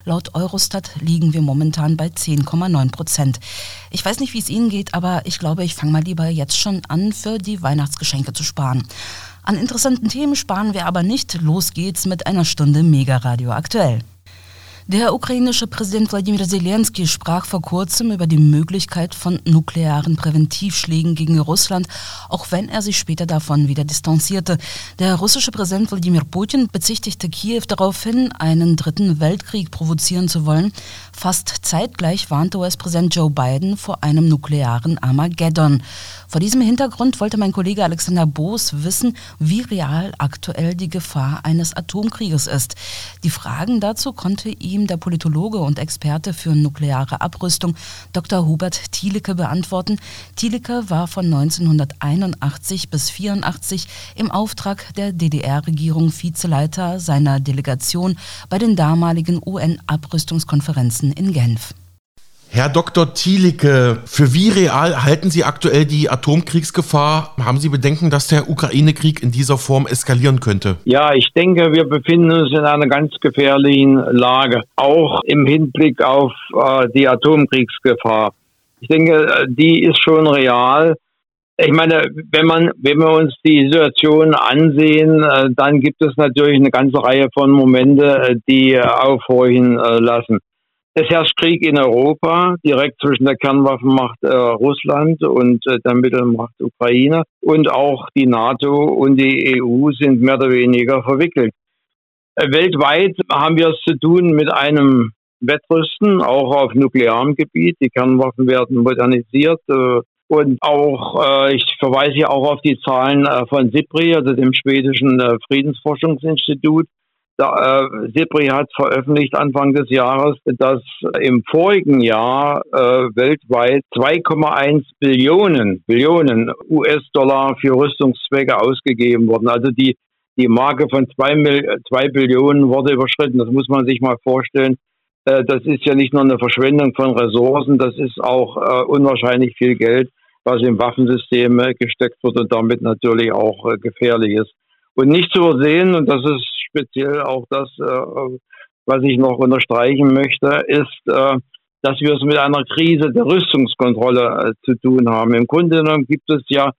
Laut Eurostat liegen wir momentan bei 10,9%. Ich weiß nicht, wie es Ihnen geht, aber ich glaube, ich fange mal lieber jetzt schon an, für die Weihnachtsgeschenke zu sparen. An interessanten Themen sparen wir aber nicht. Los geht's mit einer Stunde Mega-Radio aktuell. Der ukrainische Präsident Wladimir Zelensky sprach vor kurzem über die Möglichkeit von nuklearen Präventivschlägen gegen Russland, auch wenn er sich später davon wieder distanzierte. Der russische Präsident Wladimir Putin bezichtigte Kiew daraufhin, einen dritten Weltkrieg provozieren zu wollen. Fast zeitgleich warnte US-Präsident Joe Biden vor einem nuklearen Armageddon. Vor diesem Hintergrund wollte mein Kollege Alexander Boos wissen, wie real aktuell die Gefahr eines Atomkrieges ist. Die Fragen dazu konnte ihm der Politologe und Experte für nukleare Abrüstung Dr. Hubert Thieleke beantworten. Thieleke war von 1981 bis 1984 im Auftrag der DDR-Regierung Vizeleiter seiner Delegation bei den damaligen UN-Abrüstungskonferenzen in Genf. Herr Dr. Thieleke, für wie real halten Sie aktuell die Atomkriegsgefahr? Haben Sie Bedenken, dass der Ukraine-Krieg in dieser Form eskalieren könnte? Ja, ich denke, wir befinden uns in einer ganz gefährlichen Lage, auch im Hinblick auf die Atomkriegsgefahr. Ich denke, die ist schon real. Ich meine, wenn wir uns die Situation ansehen, dann gibt es natürlich eine ganze Reihe von Momente, die aufhorchen lassen. Es herrscht Krieg in Europa, direkt zwischen der Kernwaffenmacht Russland und der Mittelmacht Ukraine. Und auch die NATO und die EU sind mehr oder weniger verwickelt. Weltweit haben wir es zu tun mit einem Wettrüsten, auch auf nuklearem Gebiet. Die Kernwaffen werden modernisiert. Und auch, ich verweise hier auch auf die Zahlen von SIPRI, also dem schwedischen Friedensforschungsinstitut. SIPRI hat veröffentlicht Anfang des Jahres, dass im vorigen Jahr weltweit 2,1 Billionen US-Dollar für Rüstungszwecke ausgegeben wurden. Also die Marke von 2 Billionen wurde überschritten. Das muss man sich mal vorstellen. Das ist ja nicht nur eine Verschwendung von Ressourcen, das ist auch unwahrscheinlich viel Geld, was in Waffensysteme gesteckt wird und damit natürlich auch gefährlich ist. Und nicht zu übersehen, und das ist speziell auch das, was ich noch unterstreichen möchte, ist, dass wir es mit einer Krise der Rüstungskontrolle zu tun haben. Im Grunde genommen gibt es ja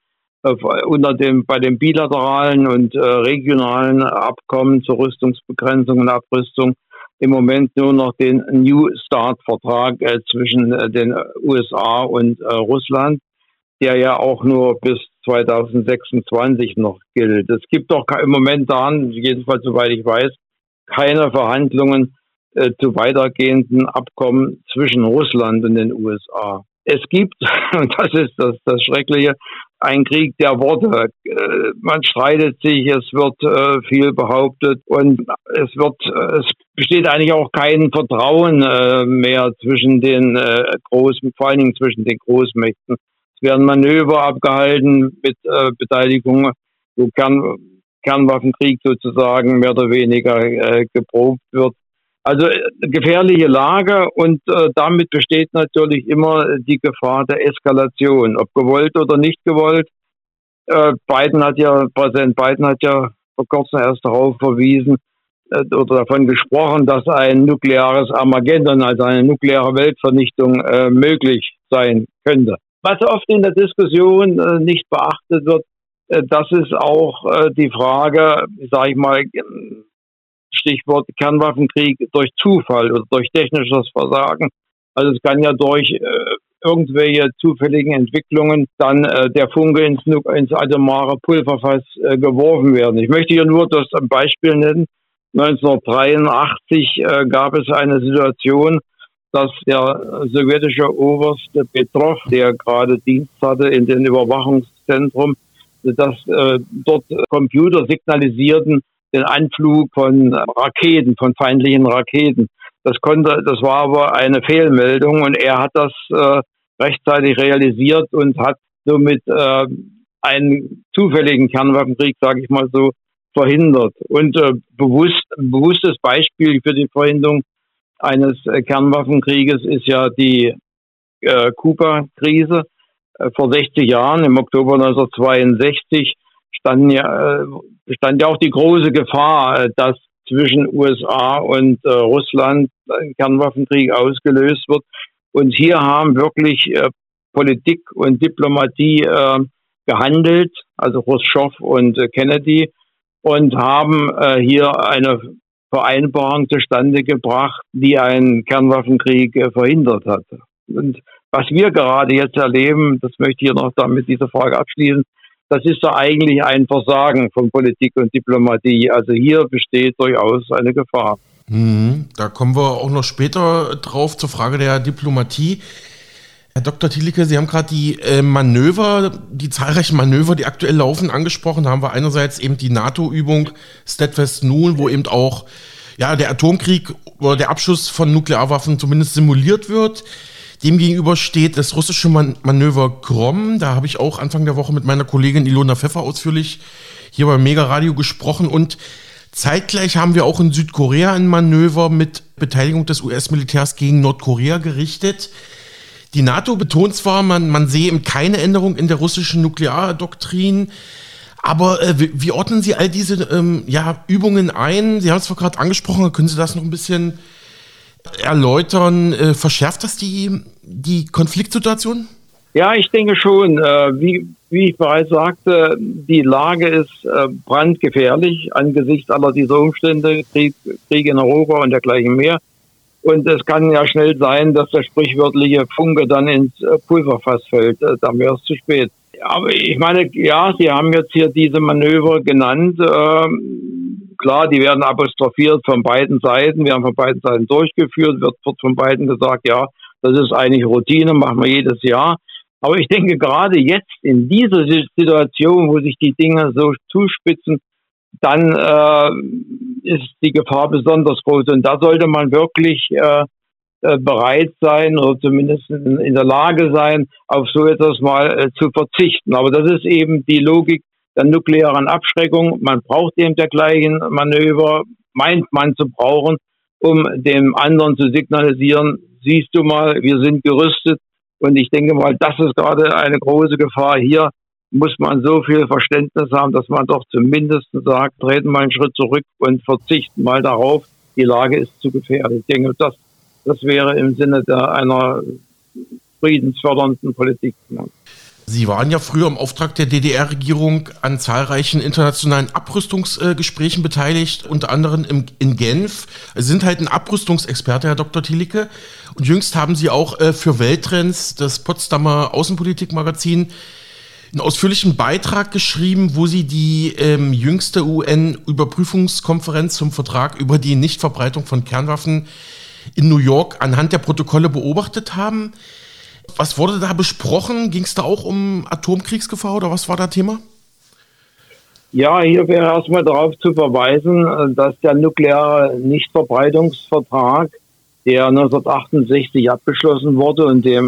bei den bilateralen und regionalen Abkommen zur Rüstungsbegrenzung und Abrüstung im Moment nur noch den New Start-Vertrag zwischen den USA und Russland, der ja auch nur bis 2026 noch gilt. Es gibt doch im Moment jedenfalls soweit ich weiß, keine Verhandlungen zu weitergehenden Abkommen zwischen Russland und den USA. Es gibt, und das ist das Schreckliche, ein Krieg der Worte. Man streitet sich, es wird viel behauptet und es besteht eigentlich auch kein Vertrauen mehr zwischen den vor allen Dingen zwischen den Großmächten. Es werden Manöver abgehalten mit Beteiligung, wo Kernwaffenkrieg sozusagen mehr oder weniger geprobt wird. Also gefährliche Lage und damit besteht natürlich immer die Gefahr der Eskalation, ob gewollt oder nicht gewollt. Präsident Biden hat ja vor kurzem erst darauf verwiesen oder davon gesprochen, dass ein nukleares Armageddon, also eine nukleare Weltvernichtung möglich sein könnte. Was oft in der Diskussion nicht beachtet wird, das ist auch die Frage, sage ich mal, Stichwort Kernwaffenkrieg durch Zufall oder durch technisches Versagen. Also es kann ja durch irgendwelche zufälligen Entwicklungen dann der Funke ins atomare Pulverfass geworfen werden. Ich möchte hier nur das Beispiel nennen. 1983 gab es eine Situation, dass der sowjetische Oberst Petrov, der gerade Dienst hatte in den Überwachungszentrum, dass dort Computer signalisierten den Anflug von Raketen, von feindlichen Raketen. Das war aber eine Fehlmeldung und er hat das rechtzeitig realisiert und hat somit einen zufälligen Kernwaffenkrieg, sage ich mal so, verhindert. Und bewusstes Beispiel für die Verhinderung eines Kernwaffenkrieges ist ja die Kuba-Krise. Vor 60 Jahren, im Oktober 1962, bestand ja auch die große Gefahr, dass zwischen USA und Russland ein Kernwaffenkrieg ausgelöst wird. Und hier haben wirklich Politik und Diplomatie gehandelt, also Chruschtschow und Kennedy, und haben hier eine Vereinbarung zustande gebracht, die einen Kernwaffenkrieg verhindert hat. Und was wir gerade jetzt erleben, das möchte ich noch mit dieser Frage abschließen, das ist doch eigentlich ein Versagen von Politik und Diplomatie. Also hier besteht durchaus eine Gefahr. Da kommen wir auch noch später drauf zur Frage der Diplomatie. Herr Dr. Thielicke, Sie haben gerade die zahlreichen Manöver, die aktuell laufen, angesprochen. Da haben wir einerseits eben die NATO-Übung Steadfast Null, wo eben auch der Atomkrieg oder der Abschuss von Nuklearwaffen zumindest simuliert wird. Demgegenüber steht das russische Manöver Grom. Da habe ich auch Anfang der Woche mit meiner Kollegin Ilona Pfeffer ausführlich hier beim Mega Radio gesprochen. Und zeitgleich haben wir auch in Südkorea ein Manöver mit Beteiligung des US-Militärs gegen Nordkorea gerichtet. Die NATO betont zwar, man sehe eben keine Änderung in der russischen Nukleardoktrin, aber wie ordnen Sie all diese Übungen ein? Sie haben es vorhin gerade angesprochen, können Sie das noch ein bisschen erläutern? Verschärft das die Konfliktsituation? Ja, ich denke schon. Wie ich bereits sagte, die Lage ist brandgefährlich angesichts aller dieser Umstände, Krieg in Europa und dergleichen mehr. Und es kann ja schnell sein, dass der sprichwörtliche Funke dann ins Pulverfass fällt. Dann wäre es zu spät. Aber ich meine, ja, Sie haben jetzt hier diese Manöver genannt. Klar, die werden apostrophiert von beiden Seiten, werden von beiden Seiten durchgeführt, wird von beiden gesagt, ja, das ist eigentlich Routine, machen wir jedes Jahr. Aber ich denke, gerade jetzt in dieser Situation, wo sich die Dinge so zuspitzen, dann ist die Gefahr besonders groß. Und da sollte man wirklich bereit sein oder zumindest in der Lage sein, auf so etwas mal zu verzichten. Aber das ist eben die Logik der nuklearen Abschreckung. Man braucht eben dergleichen Manöver, meint man zu brauchen, um dem anderen zu signalisieren, siehst du mal, wir sind gerüstet. Und ich denke mal, das ist gerade eine große Gefahr. Hier muss man so viel Verständnis haben, dass man doch zumindest sagt, treten mal einen Schritt zurück und verzichten mal darauf, die Lage ist zu gefährlich. Ich denke, das wäre im Sinne einer friedensfördernden Politik. Sie waren ja früher im Auftrag der DDR-Regierung an zahlreichen internationalen Abrüstungsgesprächen beteiligt, unter anderem in Genf. Sie sind halt ein Abrüstungsexperte, Herr Dr. Thielicke. Und jüngst haben Sie auch für Welttrends, das Potsdamer Außenpolitikmagazin, einen ausführlichen Beitrag geschrieben, wo Sie die jüngste UN-Überprüfungskonferenz zum Vertrag über die Nichtverbreitung von Kernwaffen in New York anhand der Protokolle beobachtet haben. Was wurde da besprochen? Ging es da auch um Atomkriegsgefahr oder was war da Thema? Ja, hier wäre erstmal darauf zu verweisen, dass der nukleare Nichtverbreitungsvertrag, der 1968 abgeschlossen wurde und der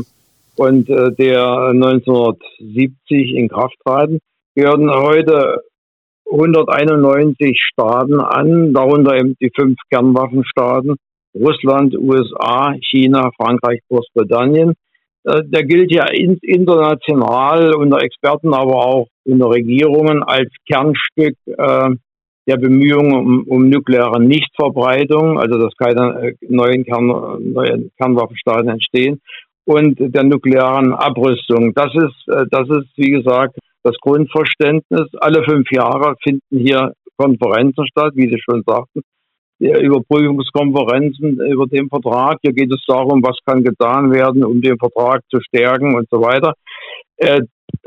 1970 in Kraft traten, gehören heute 191 Staaten an, darunter eben die 5 Kernwaffenstaaten, Russland, USA, China, Frankreich, Großbritannien. Der gilt ja international unter Experten, aber auch unter Regierungen als Kernstück der Bemühungen um nukleare Nichtverbreitung, also dass keine neuen Kernwaffenstaaten entstehen, und der nuklearen Abrüstung. Das ist, wie gesagt, das Grundverständnis. Alle 5 Jahre finden hier Konferenzen statt, wie Sie schon sagten, Überprüfungskonferenzen über den Vertrag. Hier geht es darum, was kann getan werden, um den Vertrag zu stärken und so weiter. Es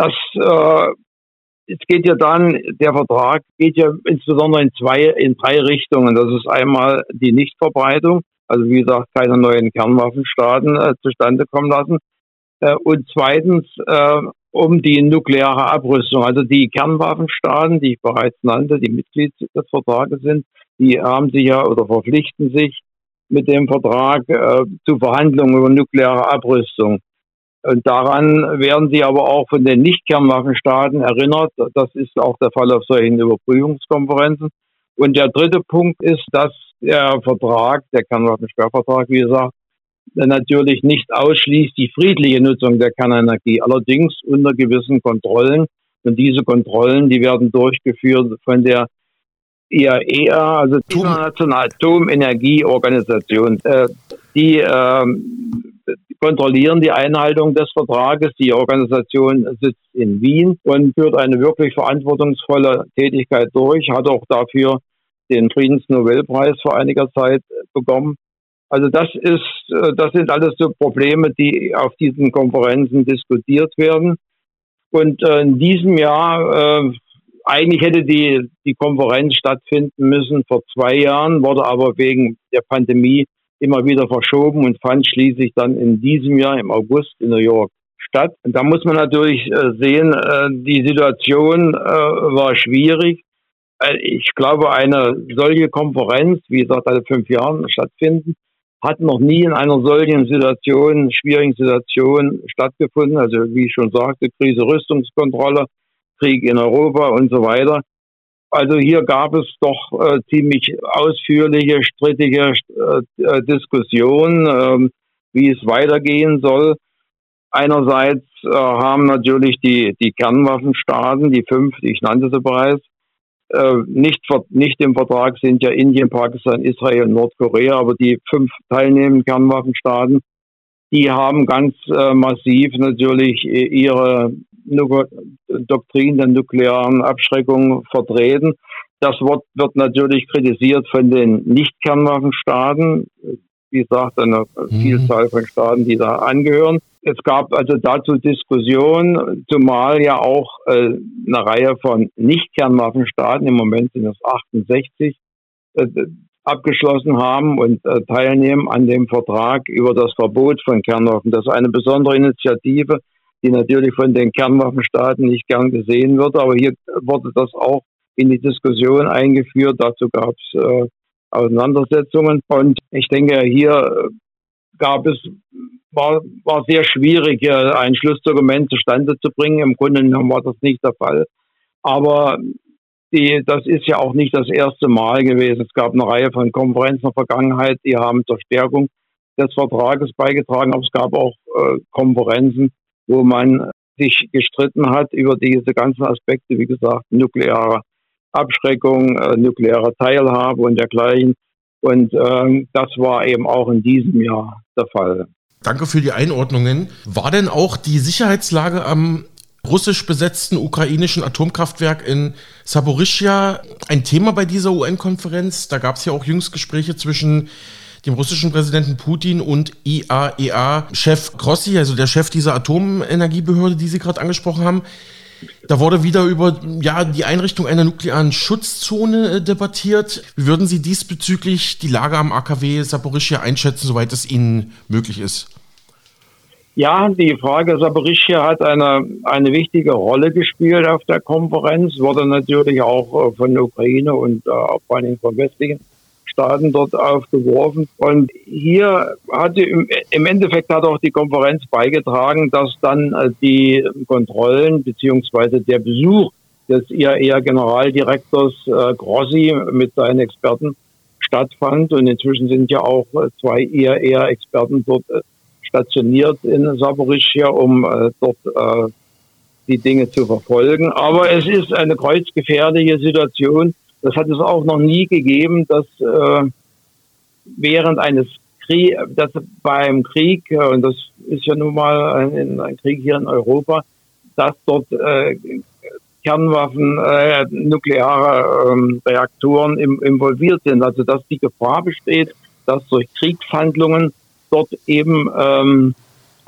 geht ja dann, der Vertrag geht ja insbesondere in 3 Richtungen. Das ist einmal die Nichtverbreitung, also wie gesagt, keine neuen Kernwaffenstaaten zustande kommen lassen. Und zweitens um die nukleare Abrüstung. Also die Kernwaffenstaaten, die ich bereits nannte, die Mitglied des Vertrages sind, die haben sich ja oder verpflichten sich mit dem Vertrag zu Verhandlungen über nukleare Abrüstung. Und daran werden sie aber auch von den Nicht-Kernwaffenstaaten erinnert. Das ist auch der Fall auf solchen Überprüfungskonferenzen. Und der dritte Punkt ist, dass der Vertrag, der Kernwaffensperrvertrag, wie gesagt, natürlich nicht ausschließt die friedliche Nutzung der Kernenergie, allerdings unter gewissen Kontrollen. Und diese Kontrollen, die werden durchgeführt von der IAEA, also die Internationale Atomenergieorganisation, die kontrollieren die Einhaltung des Vertrages. Die Organisation sitzt in Wien und führt eine wirklich verantwortungsvolle Tätigkeit durch, hat auch dafür den Friedensnobelpreis vor einiger Zeit bekommen. Also das sind alles so Probleme, die auf diesen Konferenzen diskutiert werden. Und in diesem Jahr, eigentlich hätte die Konferenz stattfinden müssen vor 2 Jahren, wurde aber wegen der Pandemie immer wieder verschoben und fand schließlich dann in diesem Jahr im August in New York statt. Und da muss man natürlich sehen, die Situation war schwierig. Ich glaube, eine solche Konferenz, wie gesagt, alle 5 Jahren stattfinden, hat noch nie in einer solchen Situation, schwierigen Situation stattgefunden. Also wie ich schon sagte, Krise, Rüstungskontrolle, Krieg in Europa und so weiter. Also hier gab es doch ziemlich ausführliche, strittige Diskussionen, wie es weitergehen soll. Einerseits haben natürlich die Kernwaffenstaaten, die 5, die ich nannte sie bereits, nicht im Vertrag sind ja Indien, Pakistan, Israel und Nordkorea, aber die 5 teilnehmenden Kernwaffenstaaten, die haben ganz massiv natürlich ihre Doktrin der nuklearen Abschreckung vertreten. Das wird natürlich kritisiert von den Nicht-Kernwaffenstaaten. Wie gesagt, eine Vielzahl von Staaten, die da angehören. Es gab also dazu Diskussionen, zumal ja auch eine Reihe von Nicht-Kernwaffenstaaten, im Moment sind es 68, abgeschlossen haben und teilnehmen an dem Vertrag über das Verbot von Kernwaffen. Das ist eine besondere Initiative, die natürlich von den Kernwaffenstaaten nicht gern gesehen wird, aber hier wurde das auch in die Diskussion eingeführt. Dazu gab es Auseinandersetzungen und ich denke, hier war sehr schwierig, ein Schlussdokument zustande zu bringen. Im Grunde genommen war das nicht der Fall. Aber das ist ja auch nicht das erste Mal gewesen. Es gab eine Reihe von Konferenzen in der Vergangenheit, die haben zur Stärkung des Vertrages beigetragen. Aber es gab auch Konferenzen, wo man sich gestritten hat über diese ganzen Aspekte, wie gesagt, nukleare Abschreckung, nukleare Teilhabe und dergleichen. Und das war eben auch in diesem Jahr der Fall. Danke für die Einordnungen. War denn auch die Sicherheitslage am russisch besetzten ukrainischen Atomkraftwerk in Saporischschja ein Thema bei dieser UN-Konferenz? Da gab es ja auch jüngst Gespräche zwischen dem russischen Präsidenten Putin und IAEA-Chef Grossi, also der Chef dieser Atomenergiebehörde, die Sie gerade angesprochen haben. Da wurde wieder über die Einrichtung einer nuklearen Schutzzone debattiert. Wie würden Sie diesbezüglich die Lage am AKW Saporischschja einschätzen, soweit es Ihnen möglich ist? Ja, die Frage Saporischschja hat eine wichtige Rolle gespielt auf der Konferenz, wurde natürlich auch von der Ukraine und vor allen Dingen von westlichen Staaten dort aufgeworfen. Und hier im Endeffekt hat auch die Konferenz beigetragen, dass dann die Kontrollen beziehungsweise der Besuch des IAEA-Generaldirektors Grossi mit seinen Experten stattfand. Und inzwischen sind ja auch 2 IAEA-Experten dort stationiert in Saporischschja, um dort die Dinge zu verfolgen. Aber es ist eine kreuzgefährliche Situation. Das hat es auch noch nie gegeben, dass während eines Krieges, dass beim Krieg, und das ist ja nun mal ein Krieg hier in Europa, dass dort Kernwaffen, nukleare Reaktoren involviert sind. Also dass die Gefahr besteht, dass durch Kriegshandlungen dort eben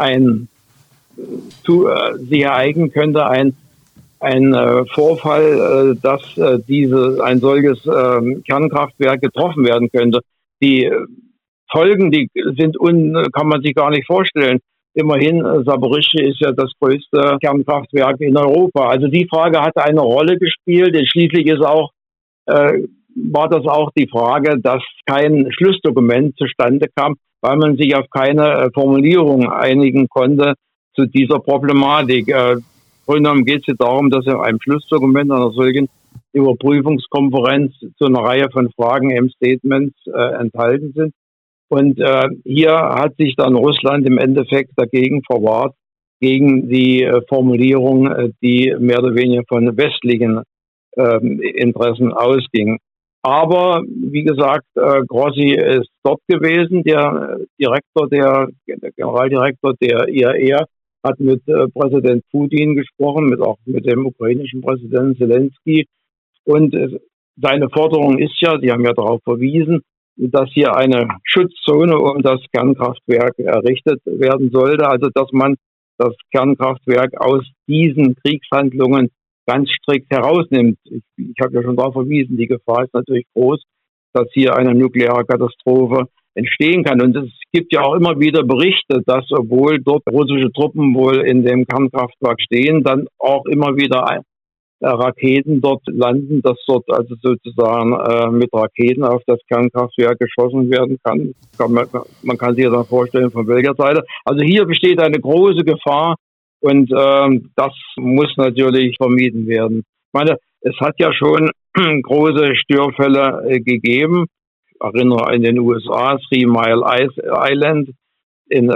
sich ereignen könnte, ein Vorfall, dass ein solches Kernkraftwerk getroffen werden könnte. Die Folgen, kann man sich gar nicht vorstellen. Immerhin, Saporischschja ist ja das größte Kernkraftwerk in Europa. Also die Frage hat eine Rolle gespielt. Und schließlich war das auch die Frage, dass kein Schlussdokument zustande kam, weil man sich auf keine Formulierung einigen konnte zu dieser Problematik. Im Grunde genommen geht es jetzt darum, dass in einem Schlussdokument einer solchen Überprüfungskonferenz zu einer Reihe von Fragen im Statements enthalten sind. Und hier hat sich dann Russland im Endeffekt dagegen verwahrt, gegen die Formulierung, die mehr oder weniger von westlichen Interessen ausging. Aber wie gesagt, Grossi ist dort gewesen, der Generaldirektor der IAEA, hat mit Präsident Putin gesprochen, auch mit dem ukrainischen Präsidenten Zelensky. Und seine Forderung ist ja, die haben ja darauf verwiesen, dass hier eine Schutzzone um das Kernkraftwerk errichtet werden sollte. Also dass man das Kernkraftwerk aus diesen Kriegshandlungen ganz strikt herausnimmt. Ich habe ja schon darauf verwiesen, die Gefahr ist natürlich groß, dass hier eine nukleare Katastrophe entstehen kann. Und es gibt ja auch immer wieder Berichte, dass obwohl dort russische Truppen wohl in dem Kernkraftwerk stehen, dann auch immer wieder Raketen dort landen, dass dort also sozusagen mit Raketen auf das Kernkraftwerk geschossen werden kann. Man kann sich ja dann vorstellen, von welcher Seite. Also hier besteht eine große Gefahr und das muss natürlich vermieden werden. Ich meine, es hat ja schon große Störfälle gegeben. Ich erinnere an den USA, 3 Mile Island in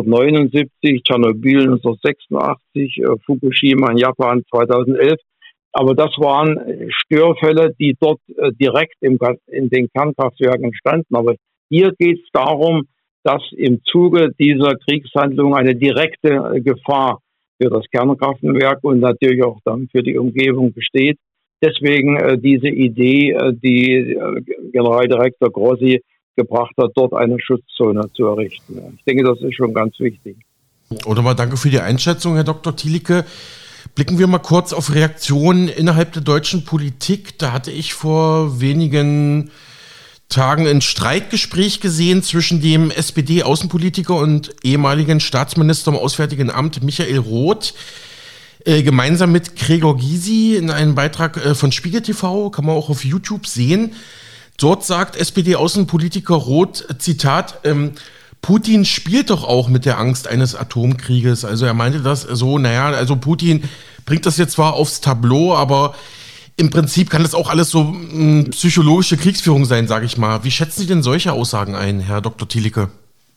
1979, Tschernobyl 1986, Fukushima in Japan 2011. Aber das waren Störfälle, die dort direkt in den Kernkraftwerken entstanden. Aber hier geht es darum, dass im Zuge dieser Kriegshandlung eine direkte Gefahr für das Kernkraftwerk und natürlich auch dann für die Umgebung besteht. Deswegen diese Idee, die Generaldirektor Grossi gebracht hat, dort eine Schutzzone zu errichten. Ich denke, das ist schon ganz wichtig. Oder mal danke für die Einschätzung, Herr Dr. Thielicke. Blicken wir mal kurz auf Reaktionen innerhalb der deutschen Politik. Da hatte ich vor wenigen Tagen ein Streitgespräch gesehen zwischen dem SPD-Außenpolitiker und ehemaligen Staatsminister im Auswärtigen Amt Michael Roth gemeinsam mit Gregor Gysi in einem Beitrag von Spiegel TV, kann man auch auf YouTube sehen. Dort sagt SPD-Außenpolitiker Roth, Zitat, Putin spielt doch auch mit der Angst eines Atomkrieges. Also er meinte das so, also Putin bringt das jetzt zwar aufs Tableau, aber im Prinzip kann das auch alles so psychologische Kriegsführung sein, sage ich mal. Wie schätzen Sie denn solche Aussagen ein, Herr Dr. Thielicke?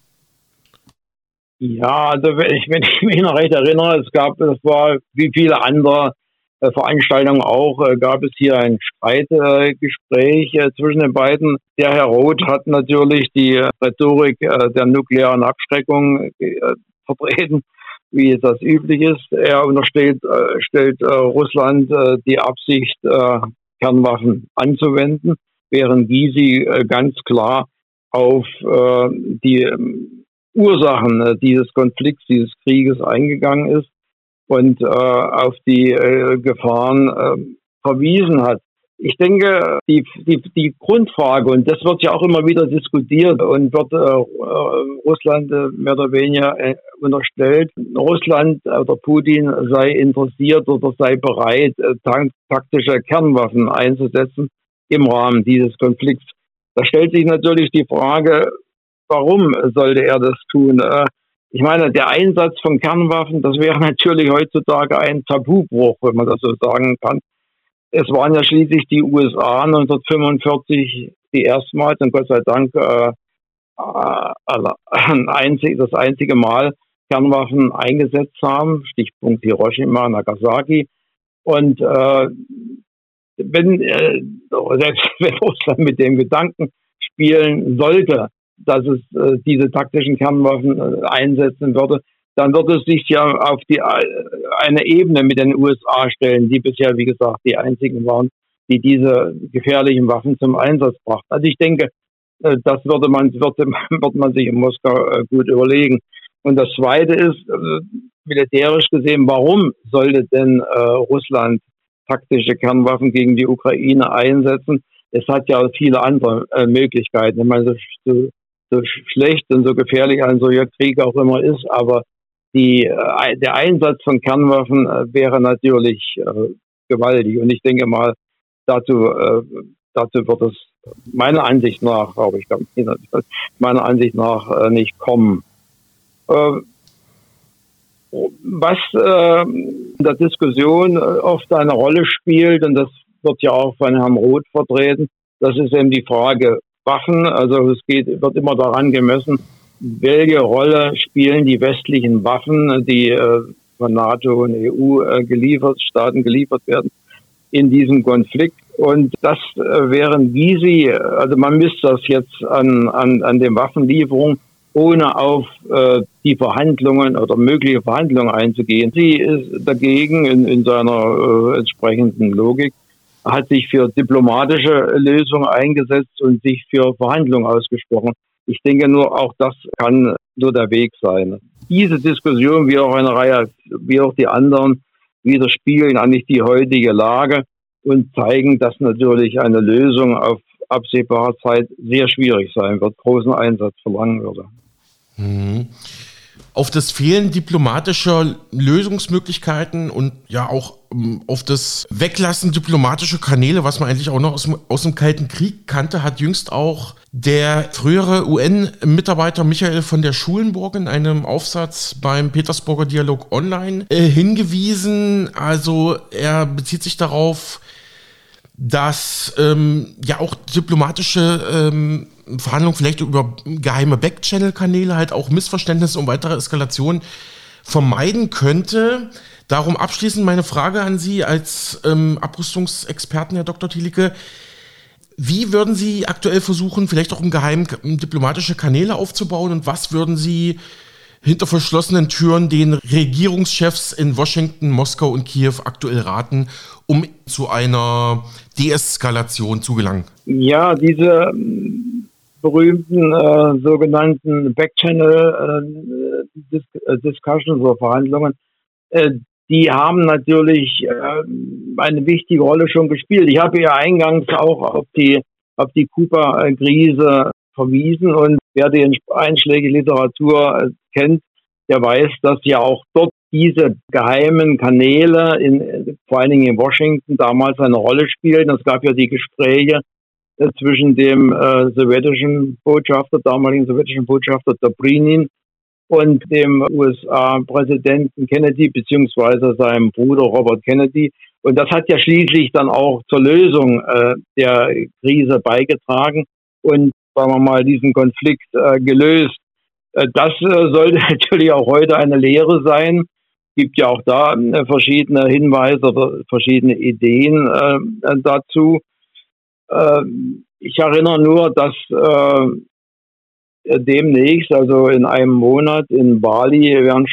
Ja, also wenn ich mich noch recht erinnere, das war wie viele andere Veranstaltungen auch, gab es hier ein Streitgespräch zwischen den beiden. Der Herr Roth hat natürlich die Rhetorik der nuklearen Abschreckung vertreten, wie das üblich ist. Er stellt Russland die Absicht, Kernwaffen anzuwenden, während Gysi ganz klar auf die Ursachen dieses Konflikts, dieses Krieges eingegangen ist und auf die Gefahren verwiesen hat. Ich denke, die Grundfrage, und das wird ja auch immer wieder diskutiert und wird Russland mehr oder weniger unterstellt, Russland oder Putin sei interessiert oder sei bereit, taktische Kernwaffen einzusetzen im Rahmen dieses Konflikts. Da stellt sich natürlich die Frage, warum sollte er das tun? Ich meine, der Einsatz von Kernwaffen, das wäre natürlich heutzutage ein Tabubruch, wenn man das so sagen kann. Es waren ja schließlich die USA 1945 die erstmals und Gott sei Dank das einzige Mal Kernwaffen eingesetzt haben. Stichpunkt Hiroshima, Nagasaki. Und selbst wenn Russland mit dem Gedanken spielen sollte, dass es diese taktischen Kernwaffen einsetzen würde, dann wird es sich ja auf eine Ebene mit den USA stellen, die bisher, wie gesagt, die einzigen waren, die diese gefährlichen Waffen zum Einsatz brachten. Also ich denke, das würde man sich in Moskau gut überlegen. Und das Zweite ist, militärisch gesehen, warum sollte denn Russland taktische Kernwaffen gegen die Ukraine einsetzen? Es hat ja viele andere Möglichkeiten. Ich meine, so schlecht und so gefährlich ein solcher Krieg auch immer ist, aber der Einsatz von Kernwaffen wäre natürlich gewaltig. Und ich denke mal, dazu wird es meiner Ansicht nach, aber ich glaube, meiner Ansicht nach nicht kommen. Was in der Diskussion oft eine Rolle spielt, und das wird ja auch von Herrn Roth vertreten, das ist eben die Frage Waffen. Also wird immer daran gemessen, welche Rolle spielen die westlichen Waffen, die von NATO und EU Staaten geliefert werden, in diesem Konflikt. Und das wären Gysi, also man misst das jetzt an den Waffenlieferungen, ohne auf die Verhandlungen oder mögliche Verhandlungen einzugehen. Sie ist dagegen in seiner entsprechenden Logik, hat sich für diplomatische Lösungen eingesetzt und sich für Verhandlungen ausgesprochen. Ich denke nur, auch das kann nur der Weg sein. Diese Diskussion, wie auch eine Reihe, wie auch die anderen, widerspiegeln eigentlich die heutige Lage und zeigen, dass natürlich eine Lösung auf absehbare Zeit sehr schwierig sein wird, großen Einsatz verlangen würde. Auf das Fehlen diplomatischer Lösungsmöglichkeiten und ja auch auf das Weglassen diplomatischer Kanäle, was man eigentlich auch noch aus dem Kalten Krieg kannte, hat jüngst auch der frühere UN-Mitarbeiter Michael von der Schulenburg in einem Aufsatz beim Petersburger Dialog Online hingewiesen. Also er bezieht sich darauf, dass ja auch diplomatische Verhandlungen vielleicht über geheime Backchannel-Kanäle halt auch Missverständnisse und weitere Eskalationen vermeiden könnte. Darum abschließend meine Frage an Sie als Abrüstungsexperten, Herr Dr. Thielicke. Wie würden Sie aktuell versuchen, vielleicht auch im Geheimen diplomatische Kanäle aufzubauen und was würden Sie hinter verschlossenen Türen den Regierungschefs in Washington, Moskau und Kiew aktuell raten, um zu einer Deeskalation zu gelangen? Ja, diese berühmten sogenannten Backchannel-Discussions oder Verhandlungen, die haben natürlich eine wichtige Rolle schon gespielt. Ich habe ja eingangs auch auf die Kuba-Krise verwiesen und wer die einschlägige Literatur kennt, der weiß, dass ja auch dort diese geheimen Kanäle, vor allen Dingen in Washington, damals eine Rolle spielten. Es gab ja die Gespräche zwischen dem damaligen sowjetischen Botschafter Dobrynin und dem USA-Präsidenten Kennedy beziehungsweise seinem Bruder Robert Kennedy. Und das hat ja schließlich dann auch zur Lösung der Krise beigetragen und, sagen wir mal, diesen Konflikt gelöst. Das sollte natürlich auch heute eine Lehre sein. Es gibt ja auch da verschiedene Hinweise oder verschiedene Ideen dazu. Ich erinnere nur, dass demnächst, also in einem Monat in Bali wird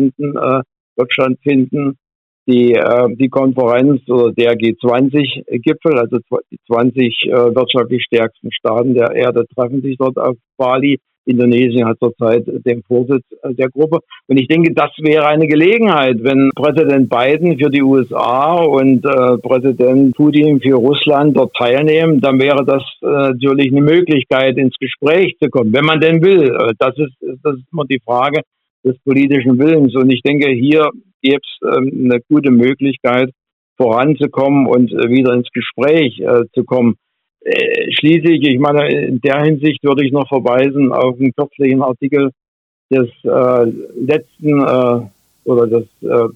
stattfinden die Konferenz oder der G20-Gipfel, also die 20 wirtschaftlich stärksten Staaten der Erde treffen sich dort auf Bali. Indonesien hat zurzeit den Vorsitz der Gruppe. Und ich denke, das wäre eine Gelegenheit, wenn Präsident Biden für die USA und Präsident Putin für Russland dort teilnehmen, dann wäre das natürlich eine Möglichkeit, ins Gespräch zu kommen, wenn man denn will. Das ist immer die Frage des politischen Willens. Und ich denke, hier gäbe es eine gute Möglichkeit, voranzukommen und wieder ins Gespräch zu kommen. Schließlich, ich meine, in der Hinsicht würde ich noch verweisen auf einen kürzlichen Artikel des letzten oder des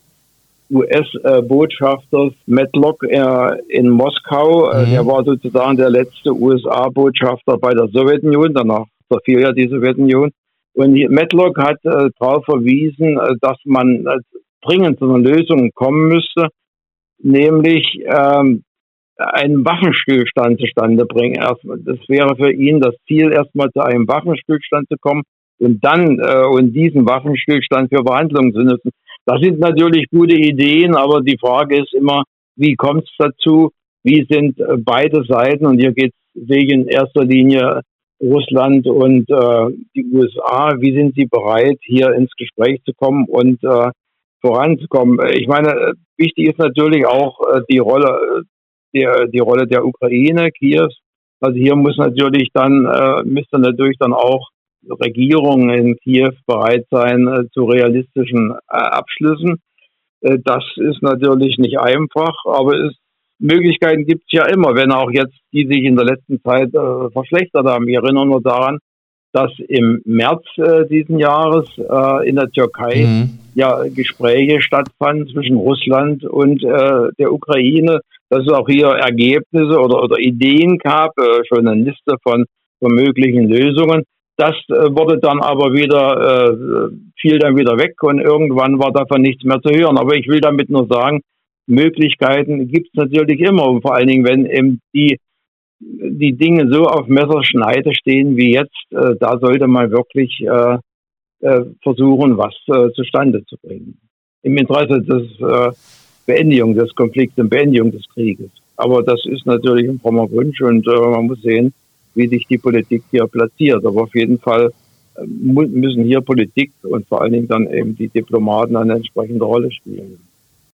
US-Botschafters Matlock in Moskau. Der war sozusagen der letzte USA-Botschafter bei der Sowjetunion, danach zerfiel ja die Sowjetunion. Und Matlock hat darauf verwiesen, dass man dringend zu einer Lösung kommen müsste, nämlich einen Waffenstillstand zustande bringen. Das wäre für ihn das Ziel, erstmal zu einem Waffenstillstand zu kommen und dann und diesen Waffenstillstand für Verhandlungen zu nutzen. Das sind natürlich gute Ideen, aber die Frage ist immer, wie kommt es dazu? Wie sind beide Seiten, und hier sehe ich in erster Linie Russland und die USA, wie sind sie bereit, hier ins Gespräch zu kommen und voranzukommen? Ich meine, wichtig ist natürlich auch die Rolle der Ukraine, Kiews. Also hier müsste natürlich dann auch Regierungen in Kiew bereit sein zu realistischen Abschlüssen. Das ist natürlich nicht einfach, aber Möglichkeiten gibt es ja immer, wenn auch jetzt die sich in der letzten Zeit verschlechtert haben. Wir erinnern nur daran, dass im März diesen Jahres in der Türkei ja Gespräche stattfanden zwischen Russland und der Ukraine, dass es auch hier Ergebnisse oder Ideen gab, schon eine Liste von möglichen Lösungen. Das wurde dann aber fiel dann wieder weg und irgendwann war davon nichts mehr zu hören. Aber ich will damit nur sagen, Möglichkeiten gibt es natürlich immer. Und vor allen Dingen, wenn eben die Dinge so auf Messerschneide stehen wie jetzt, da sollte man wirklich versuchen, was zustande zu bringen. Im Interesse des Beendigung des Konflikts und Beendigung des Krieges. Aber das ist natürlich ein frommer Wunsch und man muss sehen, wie sich die Politik hier platziert. Aber auf jeden Fall müssen hier Politik und vor allen Dingen dann eben die Diplomaten eine entsprechende Rolle spielen.